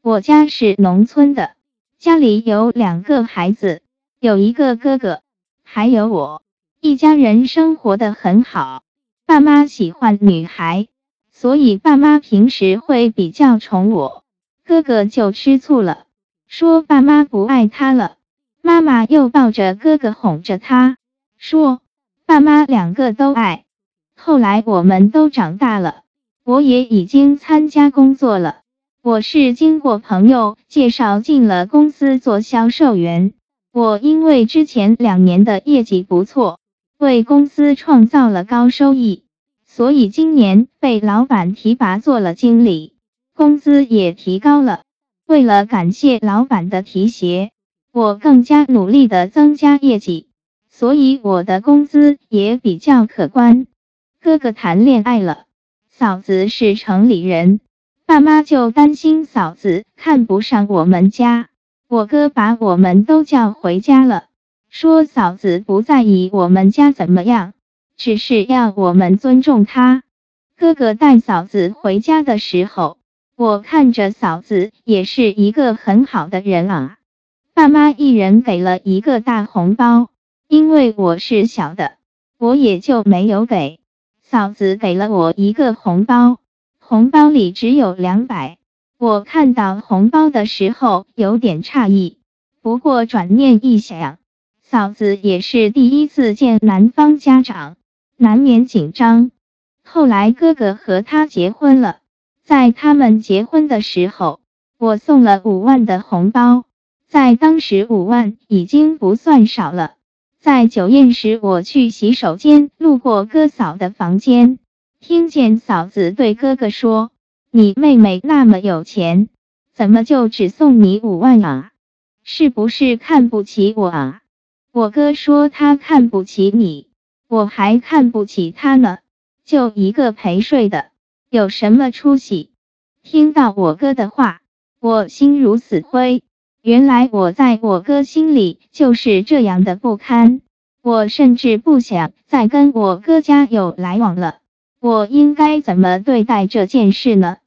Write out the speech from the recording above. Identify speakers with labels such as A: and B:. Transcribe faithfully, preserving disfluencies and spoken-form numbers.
A: 我家是农村的，家里有两个孩子，有一个哥哥，还有我，一家人生活得很好。爸妈喜欢女孩，所以爸妈平时会比较宠我。哥哥就吃醋了，说爸妈不爱他了。妈妈又抱着哥哥哄着他，说爸妈两个都爱。后来我们都长大了，我也已经参加工作了。我是经过朋友介绍进了公司做销售员。我因为之前两年的业绩不错，为公司创造了高收益，所以今年被老板提拔做了经理，工资也提高了。为了感谢老板的提携，我更加努力的增加业绩，所以我的工资也比较可观。哥哥谈恋爱了，嫂子是城里人，爸妈就担心嫂子看不上我们家。我哥把我们都叫回家了，说嫂子不在意我们家怎么样，只是要我们尊重她。哥哥带嫂子回家的时候，我看着嫂子也是一个很好的人啊。爸妈一人给了一个大红包，因为我是小的，我也就没有给。嫂子给了我一个红包，红包里只有两百。我看到红包的时候有点诧异，不过转念一想，嫂子也是第一次见男方家长，难免紧张。后来哥哥和她结婚了，在他们结婚的时候，我送了五万的红包，在当时五万已经不算少了。在酒宴时，我去洗手间，路过哥嫂的房间，听见嫂子对哥哥说，你妹妹那么有钱，怎么就只送你五万啊？是不是看不起我啊？我哥说他看不起你，我还看不起他呢，就一个陪睡的，有什么出息？听到我哥的话，我心如死灰。原来我在我哥心里就是这样的不堪，我甚至不想再跟我哥家有来往了。我应该怎么对待这件事呢？